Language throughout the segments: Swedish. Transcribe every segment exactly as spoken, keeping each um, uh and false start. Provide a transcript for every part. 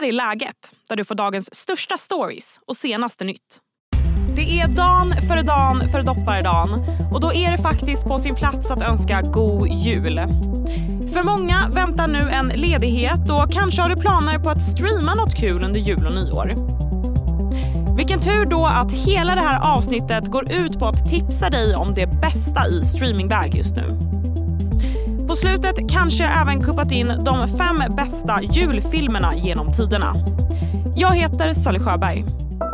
här är läget, där du får dagens största stories och senaste nytt. Det är dan för dan för dopparedan och då är det faktiskt på sin plats att önska god jul. För många väntar nu en ledighet och kanske har du planer på att streama något kul under jul och nyår. Vilken tur då att hela det här avsnittet går ut på att tipsa dig om det bästa i streamingväg just nu. På slutet kanske jag även kuppat in de fem bästa julfilmerna genom tiderna. Jag heter Sally Sjöberg.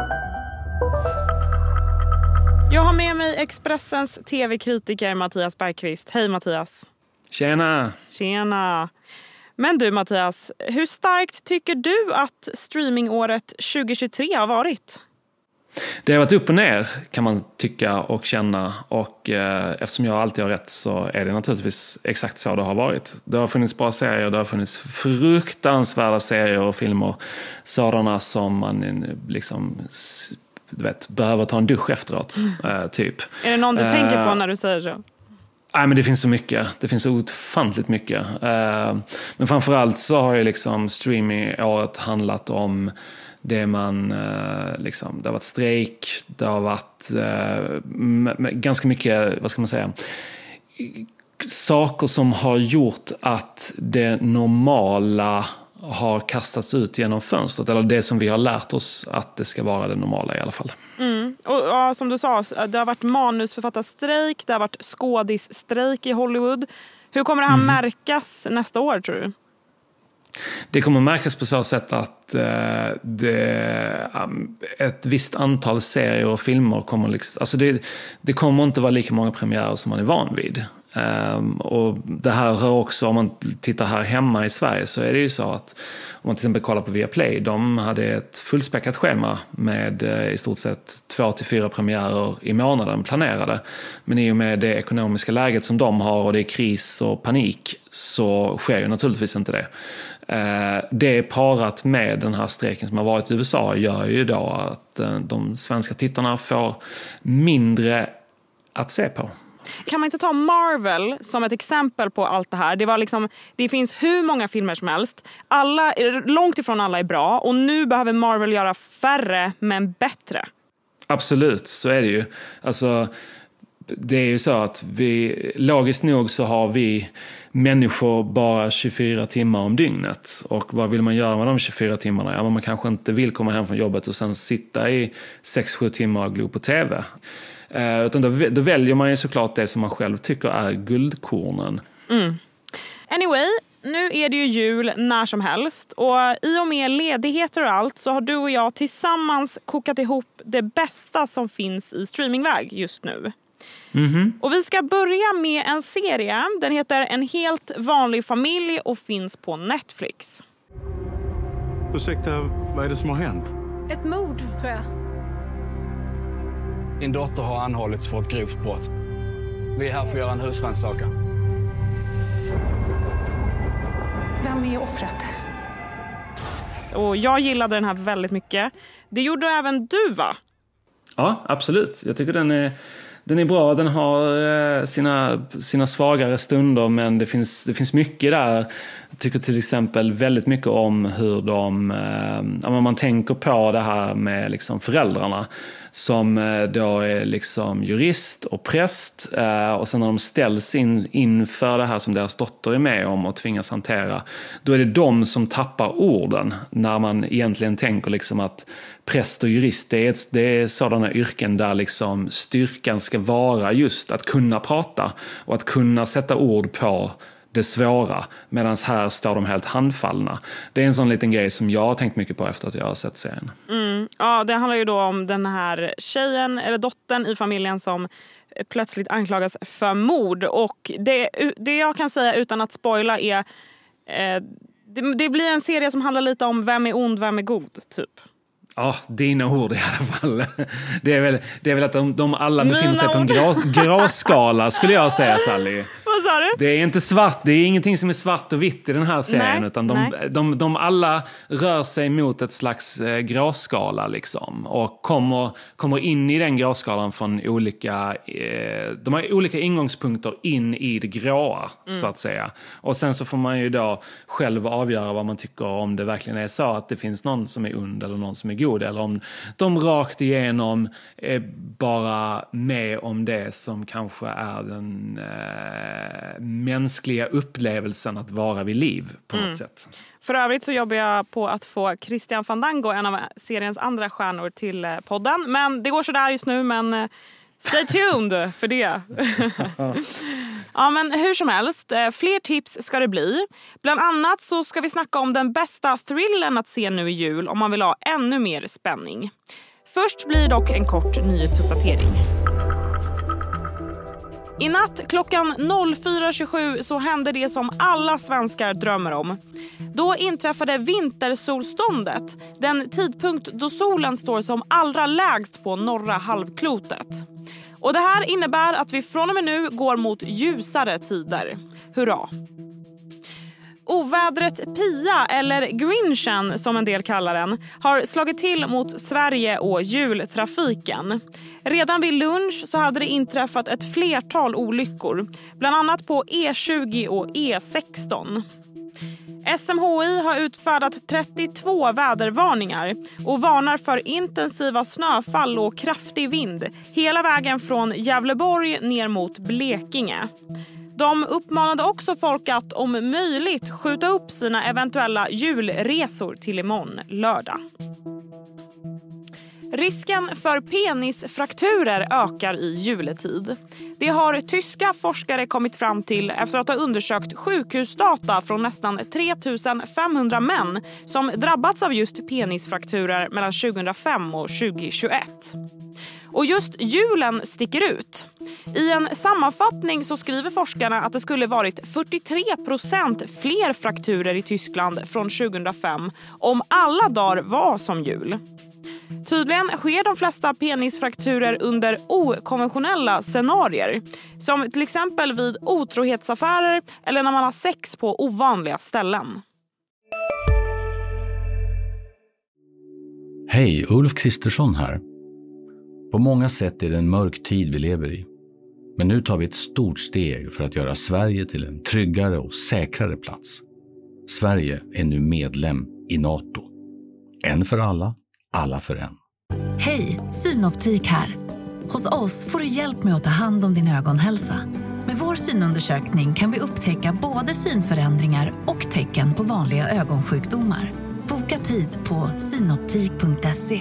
Jag har med mig Expressens tv-kritiker Mattias Bergqvist. Hej Mattias. Tjena. Tjena. Men du Mattias, hur starkt tycker du att streamingåret tjugohundratjugotre har varit? Det har varit upp och ner kan man tycka och känna, och eh, eftersom jag alltid har rätt så är det naturligtvis exakt så det har varit. Det har funnits bra serier, det har funnits fruktansvärda serier och filmer, sådana som man liksom, du vet, behöver ta en dusch efteråt, eh, typ. Är det någon du eh, tänker på när du säger så? Nej, men det finns så mycket. Det finns så ofantligt mycket. Eh, men framförallt så har ju liksom streaming-året handlat om det man, eh, liksom, det har varit strejk, det har varit eh, m- m- ganska mycket, vad ska man säga, saker som har gjort att det normala har kastats ut genom fönstret, eller det som vi har lärt oss att det ska vara det normala i alla fall. Mm. Och ja, som du sa, det har varit manusförfattarstrejk, det har varit skådisstrejk i Hollywood. Hur kommer det här mm. märkas nästa år, tror du? Det kommer märkas på så sätt att eh, det, um, ett visst antal serier och filmer kommer liksom, alltså det, det kommer inte vara lika många premiärer som man är van vid. Um, och det här hör också, om man tittar här hemma i Sverige, så är det ju så att om man till exempel kollar på Viaplay, de hade ett fullspäckat schema med uh, i stort sett två till fyra premiärer i månaden planerade, men i och med det ekonomiska läget som de har och det är kris och panik, så sker ju naturligtvis inte det. Uh, det parat med den här strejken som har varit i U S A gör ju då att uh, de svenska tittarna får mindre att se på. Kan man inte ta Marvel som ett exempel på allt det här? Det var liksom, det finns hur många filmer som helst. Alla, långt ifrån alla är bra. Och nu behöver Marvel göra färre men bättre. Absolut, så är det ju. Alltså, det är ju så att vi, logiskt nog så har vi människor bara tjugofyra timmar om dygnet. Och vad vill man göra med de tjugofyra timmarna? Ja, man kanske inte vill komma hem från jobbet och sen sitta i sex sju timmar och glo på tv. Uh, utan då, då väljer man ju såklart det som man själv tycker är guldkornen. Mm. Anyway, nu är det ju jul när som helst. Och i och med ledigheter och allt så har du och jag tillsammans kokat ihop det bästa som finns i streamingväg just nu. Mm-hmm. Och vi ska börja med en serie. Den heter En helt vanlig familj och finns på Netflix. Ursäkta, vad är det som har hänt? Ett mord, tror jag. Din dotter har anhållits för ett grovt brott. Vi är här för att göra en husrannsakan. Vem är offret? Och jag gillade den här väldigt mycket. Det gjorde även du, va? Ja, absolut. Jag tycker den är, den är bra. Den har eh, sina, sina svagare stunder, men det finns, det finns mycket där. Jag tycker till exempel väldigt mycket om hur de, eh, man tänker på det här med liksom föräldrarna som då är liksom jurist och präst, och sen när de ställs in inför det här som deras dotter är med om och tvingas hantera, då är det de som tappar orden, när man egentligen tänker liksom att präst och jurist, det är, det är sådana yrken där liksom styrkan ska vara just att kunna prata och att kunna sätta ord på det svåra, medan här står de helt handfallna. Det är en sån liten grej som jag har tänkt mycket på efter att jag har sett serien. Mm. Ja, det handlar ju då om den här tjejen eller dottern i familjen som plötsligt anklagas för mord. Och det, det jag kan säga utan att spoila är eh, det, det blir en serie som handlar lite om vem är ond, vem är god, typ. Ja, dina ord i alla fall. Det är väl, det är väl att de, de alla befinner sig på en gras, gråskala, skulle jag säga, Sally. Vad sa du? Det är inte svart, det är ingenting som är svart och vitt i den här serien, nej, utan de, de, de, de alla rör sig mot ett slags eh, gråskala liksom, och kommer, kommer in i den gråskalan från olika, eh, de har olika ingångspunkter in i det gråa, mm. så att säga. Och sen så får man ju då själv avgöra vad man tycker, om det verkligen är så att det finns någon som är ond eller någon som är god, eller om de rakt igenom är bara med om det som kanske är den eh, mänskliga upplevelsen att vara vid liv på något mm. sätt. För övrigt så jobbar jag på att få Christian Fandango, en av seriens andra stjärnor, till podden. Men det går så där just nu, men stay tuned för det. Ja, men hur som helst, fler tips ska det bli. Bland annat så ska vi snacka om den bästa thrillern att se nu i jul om man vill ha ännu mer spänning. Först blir dock en kort nyhetsuppdatering. I natt klockan fyra tjugosju så hände det som alla svenskar drömmer om. Då inträffade vintersolståndet, den tidpunkt då solen står som allra lägst på norra halvklotet. Och det här innebär att vi från och med nu går mot ljusare tider. Hurra! Ovädret Pia, eller Grinchen som en del kallar den, har slagit till mot Sverige och jultrafiken. Redan vid lunch så hade det inträffat ett flertal olyckor, bland annat på E tjugo och E sexton. S M H I har utfärdat trettiotvå vädervarningar och varnar för intensiva snöfall och kraftig vind hela vägen från Gävleborg ner mot Blekinge. De uppmanade också folk att om möjligt skjuta upp sina eventuella julresor till imorgon lördag. Risken för penisfrakturer ökar i juletid. Det har tyska forskare kommit fram till efter att ha undersökt sjukhusdata från nästan tre tusen femhundra män som drabbats av just penisfrakturer mellan tjugohundrafem och tjugohundratjugoett. Och just julen sticker ut. I en sammanfattning så skriver forskarna att det skulle varit fyrtiotre procent fler frakturer i Tyskland från tjugohundrafem om alla dagar var som jul. Tydligen sker de flesta penisfrakturer under okonventionella scenarier, som till exempel vid otrohetsaffärer eller när man har sex på ovanliga ställen. Hej, Ulf Kristersson här. På många sätt är det en mörk tid vi lever i. Men nu tar vi ett stort steg för att göra Sverige till en tryggare och säkrare plats. Sverige är nu medlem i NATO. En för alla, alla för en. Hej, Synoptik här. Hos oss får du hjälp med att ta hand om din ögonhälsa. Med vår synundersökning kan vi upptäcka både synförändringar och tecken på vanliga ögonsjukdomar. Boka tid på synoptik punkt se.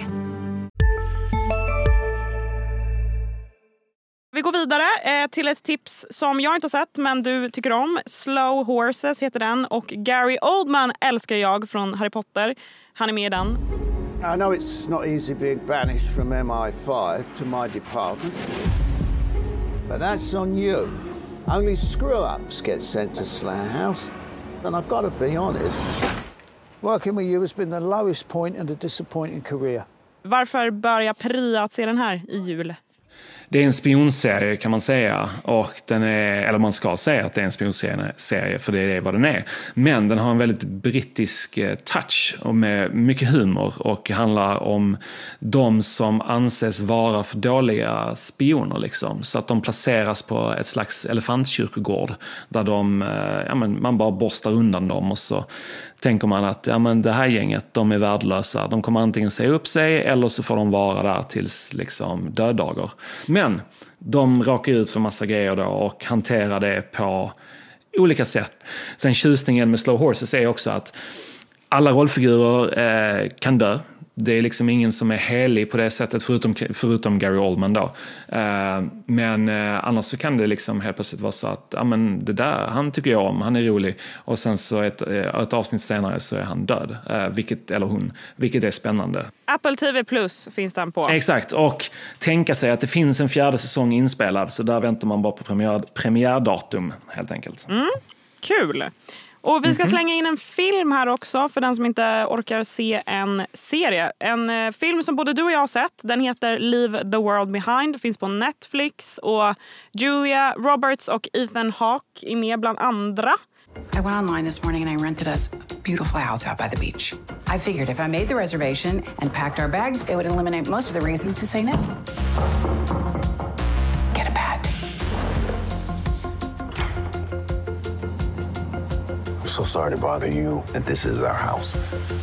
Vi går vidare eh, till ett tips som jag inte har sett men du tycker om. Slow Horses heter den och Gary Oldman älskar jag från Harry Potter. Han är med i den. I know it's not easy being banished from M I five to my department. But that's on you. Only screw-ups get sent to Slayer House. And I've got to be honest. Working with you has been the lowest point in a disappointing career. Varför bör jag pria att se den här i jul? Det är en spionserie kan man säga, och den är, eller man ska säga att det är en spionserie för det är vad den är. Men den har en väldigt brittisk touch och med mycket humor och handlar om de som anses vara för dåliga spioner liksom. Så att de placeras på ett slags elefantkyrkogård där de, ja, men man bara borstar undan dem och så tänker man att ja, men det här gänget, de är värdelösa. De kommer antingen säga upp sig eller så får de vara där tills liksom döddagar. Men de råkar ut för massa grejer då och hanterar det på olika sätt. Sen tjusningen med Slow Horses är också att alla rollfigurer eh, kan dö. Det är liksom ingen som är helig på det sättet förutom, förutom Gary Oldman då. Eh, men eh, annars så kan det liksom helt plötsligt vara så att ja, men det där, han tycker jag om, han är rolig. Och sen så ett, ett avsnitt senare så är han död. Eh, vilket, eller hon, vilket är spännande. Apple T V Plus finns den på. Exakt, och tänka sig att det finns en fjärde säsong inspelad. Så där väntar man bara på premiär, premiärdatum helt enkelt. Mm, kul! Och vi ska Mhm. slänga in en film här också för den som inte orkar se en serie. En eh, film som både du och jag har sett. Den heter Leave the World Behind. Finns på Netflix. Och Julia Roberts och Ethan Hawke är med bland andra. I went online this morning and I rented us a beautiful house out by the beach. I figured if I made the reservation and packed our bags, it would eliminate most of the reasons to say no. Get a pad. I'm so sorry to bother you, and this is our house.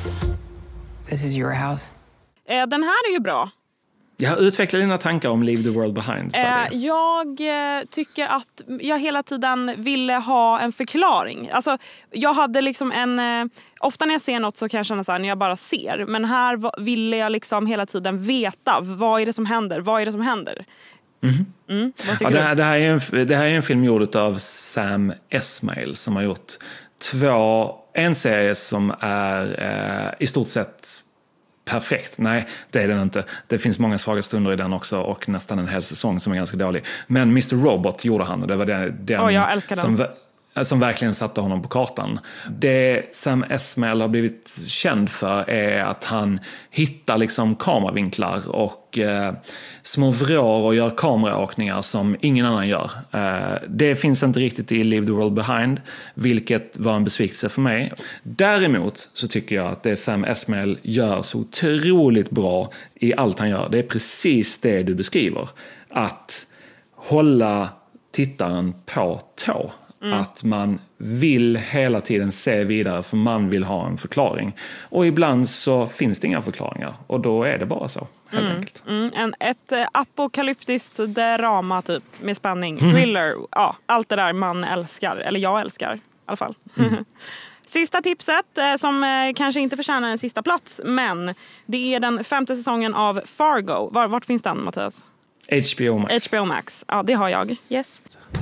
This is your house. Eh, den här är ju bra. Jag utvecklar dina tankar om Leave the World Behind. Eh, jag eh, tycker att jag hela tiden ville ha en förklaring. Alltså, jag hade liksom en... Eh, ofta när jag ser något så kan jag känna så här när jag bara ser. Men här va, ville jag liksom hela tiden veta. Vad är det som händer? Vad är det som händer? Mm. Mm, vad tycker ja, det, här, du? det, här är en, det här är en film gjord av Sam Esmail som har gjort två... En serie som är eh, i stort sett... perfekt. Nej, det är den inte. Det finns många svaga stunder i den också och nästan en hel säsong som är ganska dålig. Men mister Robot gjorde han och det var den, den oh, jag älskar den. som, som verkligen satte honom på kartan. Det Sam Esmail har blivit känd för är att han hittar liksom kameravinklar och eh, små vrår och gör kameraåkningar som ingen annan gör. Eh, det finns inte riktigt i Leave the World Behind, vilket var en besvikelse för mig. Däremot så tycker jag att det Sam Esmail gör så otroligt bra i allt han gör. Det är precis det du beskriver. Att hålla tittaren på tå. Mm. Att man vill hela tiden se vidare för man vill ha en förklaring. Och ibland så finns det inga förklaringar. Och då är det bara så, helt mm. enkelt. Mm. En, ett eh, apokalyptiskt drama typ med spänning, thriller, mm. ja, allt det där man älskar. Eller jag älskar i alla fall. Mm. Sista tipset eh, som eh, kanske inte förtjänar en sista plats. Men det är den femte säsongen av Fargo. Var, vart finns den, Mattias? H B O Max. H B O Max, ja det har jag. Yes.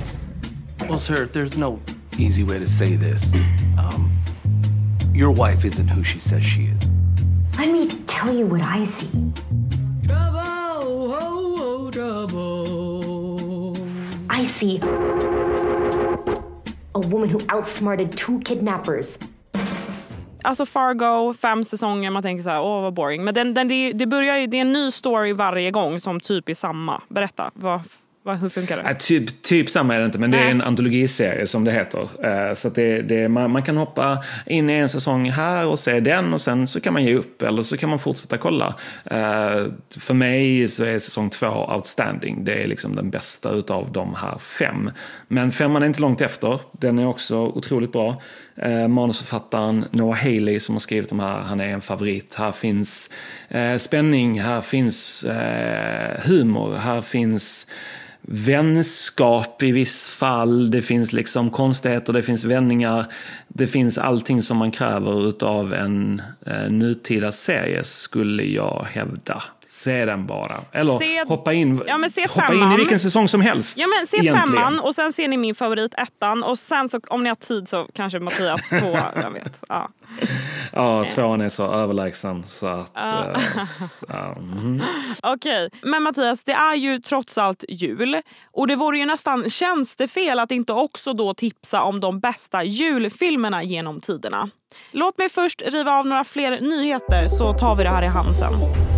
Well, sir, there's no easy way to say this. Um, your wife isn't who she says she is. Let me tell you what I see. Trouble, oh, oh, trouble. I see a woman who outsmarted two kidnappers. Alltså Fargo, fem säsonger, man tänker så här, åh vad boring. Men den, den, det, det börjar ju, det är en ny story varje gång som typ är samma. Berätta, vad... Va, hur funkar det? Äh, typ, typ samma är det inte, men det är en antologiserie som det heter. Uh, så att det, det, man, man kan hoppa in i en säsong här och se den och sen så kan man ge upp eller så kan man fortsätta kolla. Uh, för mig så är säsong två outstanding. Det är liksom den bästa utav de här fem. Men femman är inte långt efter. Den är också otroligt bra. Uh, manusförfattaren Noah Haley som har skrivit de här, han är en favorit. Här finns uh, spänning, här finns uh, humor, här finns vänskap i viss fall, det finns liksom konstigheter, det finns vändningar, det finns allting som man kräver utav en eh, nutida serie, skulle jag hävda. Se den bara. Eller se, hoppa in, ja, men se hoppa in i vilken säsong som helst. Ja, men se egentligen. Femman och sen ser ni min favorit ettan och sen så om ni har tid så kanske Mattias två, jag vet. Ja. Ja, tvåan är så överlägsen så att... Uh. Uh, så, mm. Okej, okay. Men Mattias, det är ju trots allt jul. Och det vore ju nästan tjänstefel att inte också då tipsa om de bästa julfilmerna genom tiderna. Låt mig först riva av några fler nyheter så tar vi det här i hand sen.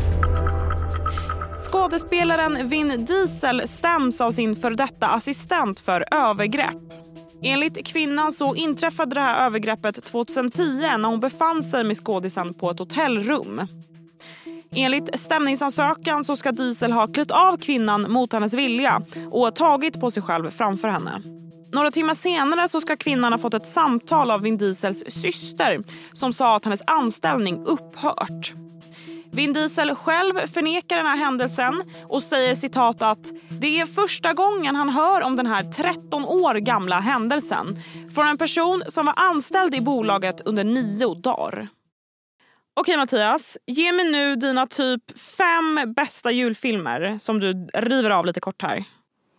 Skådespelaren Vin Diesel stäms av sin för detta assistent för övergrepp. Enligt kvinnan så inträffade det här övergreppet tjugohundratio när hon befann sig med skådisen på ett hotellrum. Enligt stämningsansökan så ska Diesel ha klätt av kvinnan mot hennes vilja och tagit på sig själv framför henne. Några timmar senare så ska kvinnan ha fått ett samtal av Vin Diesels syster som sa att hennes anställning upphört. Vin Diesel själv förnekar den här händelsen och säger citat att det är första gången han hör om den här tretton år gamla händelsen från en person som var anställd i bolaget under nio dagar. Okej Mattias, ge mig nu dina typ fem bästa julfilmer som du river av lite kort här.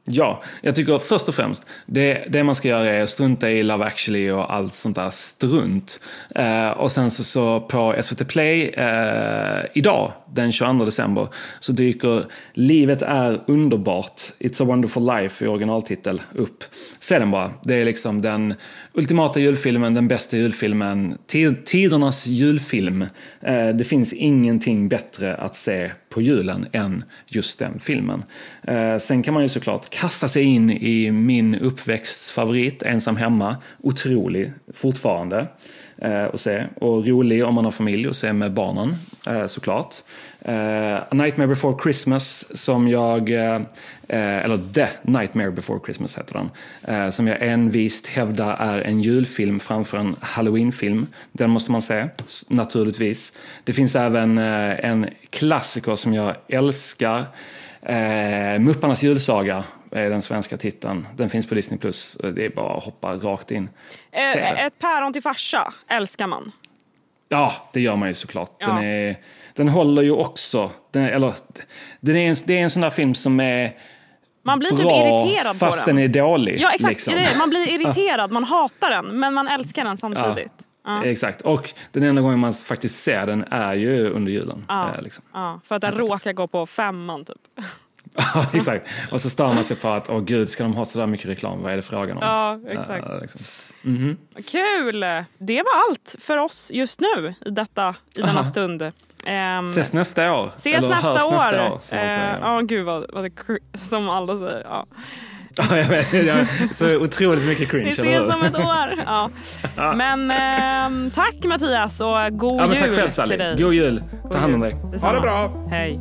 Ja, jag tycker först och främst det, det man ska göra är att strunta i Love Actually och allt sånt där strunt. Eh, och sen så, så på S V T Play eh, idag, den tjugoandra december, så dyker Livet är underbart, It's a Wonderful Life i originaltitel upp. Se den bara. Det är liksom den ultimata julfilmen, den bästa julfilmen, tidernas julfilm. Eh, det finns ingenting bättre att se på julen än just den filmen. Eh, sen kan man ju såklart kasta sig in i min uppväxtfavorit, Ensam hemma. Otrolig fortfarande eh, att se. Och rolig om man har familj och se med barnen eh, såklart. Eh, A Nightmare Before Christmas som jag eh, eller The Nightmare Before Christmas heter den. Eh, som jag envist hävdar är en julfilm framför en Halloween-film. Den måste man se, naturligtvis. Det finns även eh, en klassiker som jag älskar. Eh, Mupparnas julsaga är den svenska titeln. Den finns på Disney plus. Det är bara att hoppa rakt in. Eh, ett päron till farsa älskar man. Ja, det gör man ju såklart. Ja. Den, är, den håller ju också. Den är, eller, den är en, det är en sån där film som är man blir bra, typ irriterad fast på den. den är dålig. Ja, exakt. Liksom. Man blir irriterad, man hatar den, men man älskar den samtidigt. Ja. Ja. Exakt, och den enda gången man faktiskt ser den är ju under julen. Ja, eh, liksom. ja för att den råkar gå på femman typ. Ja, exakt. Och så stör man sig på att, åh gud, ska de ha så där mycket reklam? Vad är det frågan om? Ja, exakt. Uh, liksom. mm-hmm. Kul! Det var allt för oss just nu i, detta, i denna Aha. stund. Um, ses nästa år. Ses Eller nästa hörs år. nästa år som, uh, säger. oh, gud, vad, vad det, som alla säger. Ja. Ja, jag vet, jag, så otroligt mycket cringe. Vi ses om ett år. Ja. Ja. Men eh, tack Mattias och god ja, men jul tack själv, Sally. till dig. God jul. Ta God hand om jul. dig. Detsamma. Ha det bra. Hej.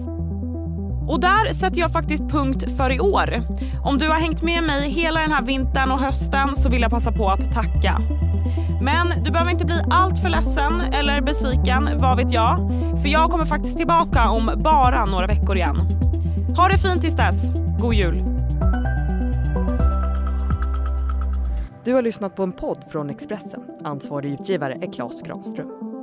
Och där sätter jag faktiskt punkt för i år. Om du har hängt med mig hela den här vintern och hösten så vill jag passa på att tacka. Men du behöver inte bli allt för ledsen eller besviken, vad vet jag. För jag kommer faktiskt tillbaka om bara några veckor igen. Ha det fint tills dess. God jul. Du har lyssnat på en podd från Expressen. Ansvarig utgivare är Claes Granström.